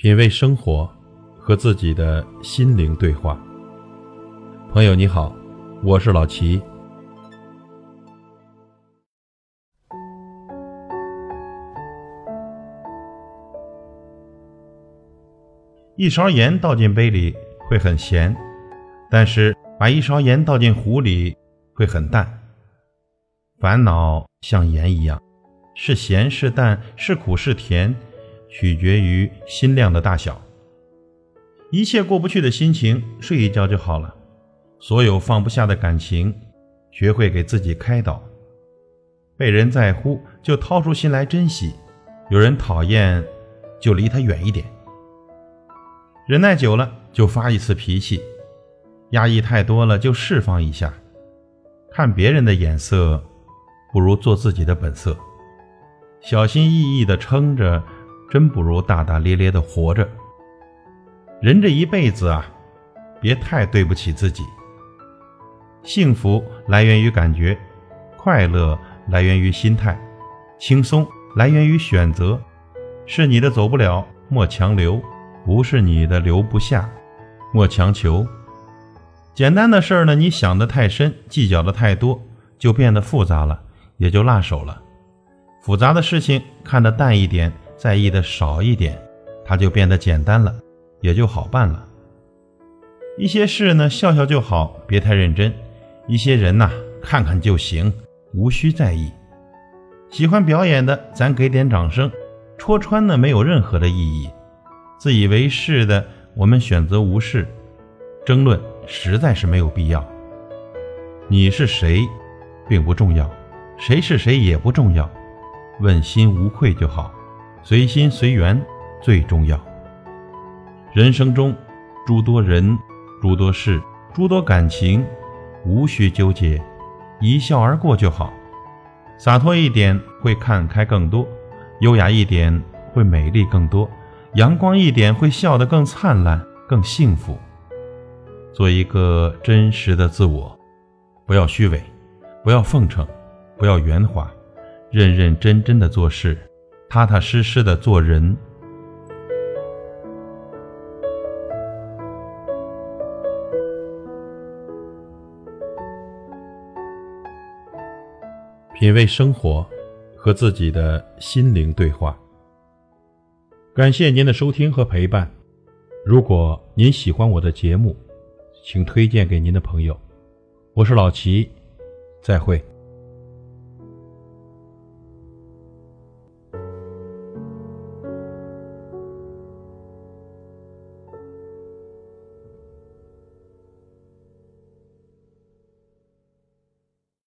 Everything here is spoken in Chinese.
品味生活，和自己的心灵对话。朋友你好，我是老齐。一勺盐倒进杯里会很咸，但是把一勺盐倒进壶里会很淡。烦恼像盐一样，是咸是淡，是苦是甜，取决于心量的大小。一切过不去的心情，睡一觉就好了。所有放不下的感情，学会给自己开导。被人在乎，就掏出心来珍惜；有人讨厌，就离他远一点。忍耐久了，就发一次脾气；压抑太多了，就释放一下。看别人的眼色，不如做自己的本色。小心翼翼地撑着，真不如大大咧咧地活着。人这一辈子啊，别太对不起自己。幸福来源于感觉，快乐来源于心态，轻松来源于选择。是你的走不了，莫强留；不是你的留不下，莫强求。简单的事儿呢，你想得太深，计较的太多，就变得复杂了，也就落手了。复杂的事情看得淡一点，在意的少一点，它就变得简单了，也就好办了。一些事呢，笑笑就好，别太认真；一些人呐，看看就行，无需在意。喜欢表演的，咱给点掌声；戳穿呢，没有任何的意义。自以为是的，我们选择无视。争论实在是没有必要。你是谁并不重要，谁是谁也不重要，问心无愧就好，随心随缘最重要。人生中诸多人，诸多事，诸多感情，无需纠结，一笑而过就好。洒脱一点会看开更多，优雅一点会美丽更多，阳光一点会笑得更灿烂更幸福。做一个真实的自我，不要虚伪，不要奉承，不要圆滑，认认真真的做事，踏踏实实的做人。品味生活，和自己的心灵对话。感谢您的收听和陪伴。如果您喜欢我的节目，请推荐给您的朋友。我是老齐，再会。